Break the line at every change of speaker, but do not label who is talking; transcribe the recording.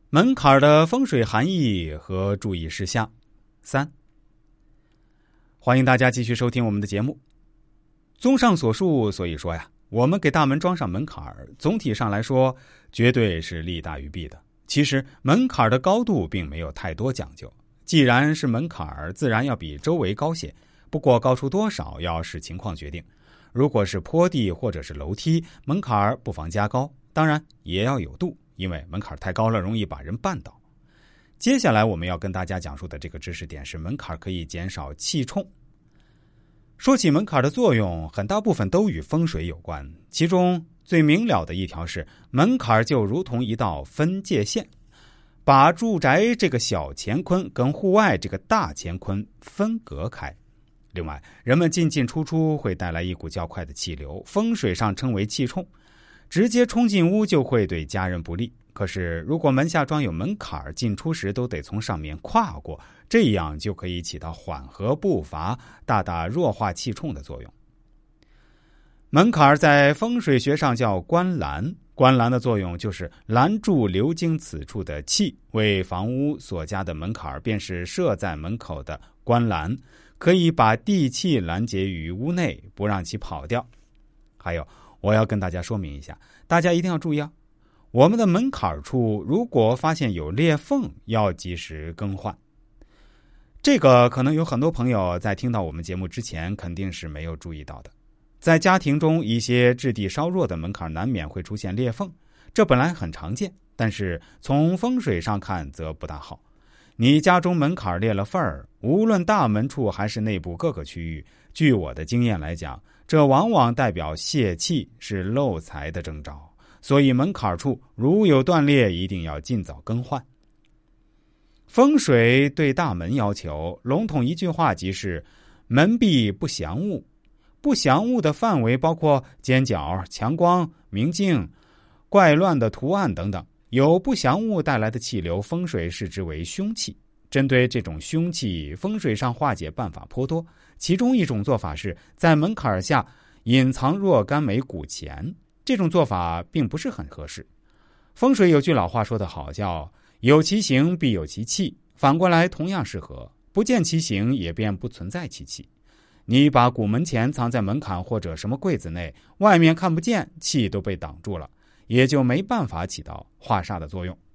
门槛的风水含义和注意事项。3，欢迎大家继续收听我们的节目。综上所述，所以说呀，我们给大门装上门槛，总体上来说绝对是利大于弊的。其实门槛的高度并没有太多讲究，既然是门槛，自然要比周围高些，不过高出多少要视情况决定。如果是坡地或者是楼梯，门槛不妨加高，当然也要有度，因为门槛太高了容易把人绊倒。接下来我们要跟大家讲述的这个知识点是门槛可以减少气冲。说起门槛的作用，很大部分都与风水有关，其中最明了的一条是门槛就如同一道分界线，把住宅这个小乾坤跟户外这个大乾坤分隔开。另外，人们进进出出会带来一股较快的气流，风水上称为气冲，直接冲进屋就会对家人不利。可是如果门下装有门槛，进出时都得从上面跨过，这样就可以起到缓和步伐，大大弱化气冲的作用。门槛在风水学上叫关栏，关栏的作用就是拦住流经此处的气，为房屋所加的门槛便是设在门口的关栏，可以把地气拦截于屋内，不让其跑掉。还有，我要跟大家说明一下，大家一定要注意啊，我们的门槛处如果发现有裂缝，要及时更换。这个可能有很多朋友在听到我们节目之前肯定是没有注意到的。在家庭中，一些质地稍弱的门槛难免会出现裂缝，这本来很常见，但是从风水上看则不大好。你家中门槛裂了缝儿，无论大门处还是内部各个区域，据我的经验来讲，这往往代表泄气，是漏财的征兆。所以门槛处如有断裂，一定要尽早更换。风水对大门要求，笼统一句话即是门闭不祥物。不祥物的范围包括尖角、强光、明镜、怪乱的图案等等。有不祥物带来的气流，风水视之为凶气。针对这种凶气，风水上化解办法颇多，其中一种做法是在门槛下隐藏若干枚古钱，这种做法并不是很合适。风水有句老话说得好，叫有其形必有其气，反过来同样适合，不见其形也便不存在其气。你把古门钱藏在门槛或者什么柜子内，外面看不见，气都被挡住了，也就没办法起到化煞的作用。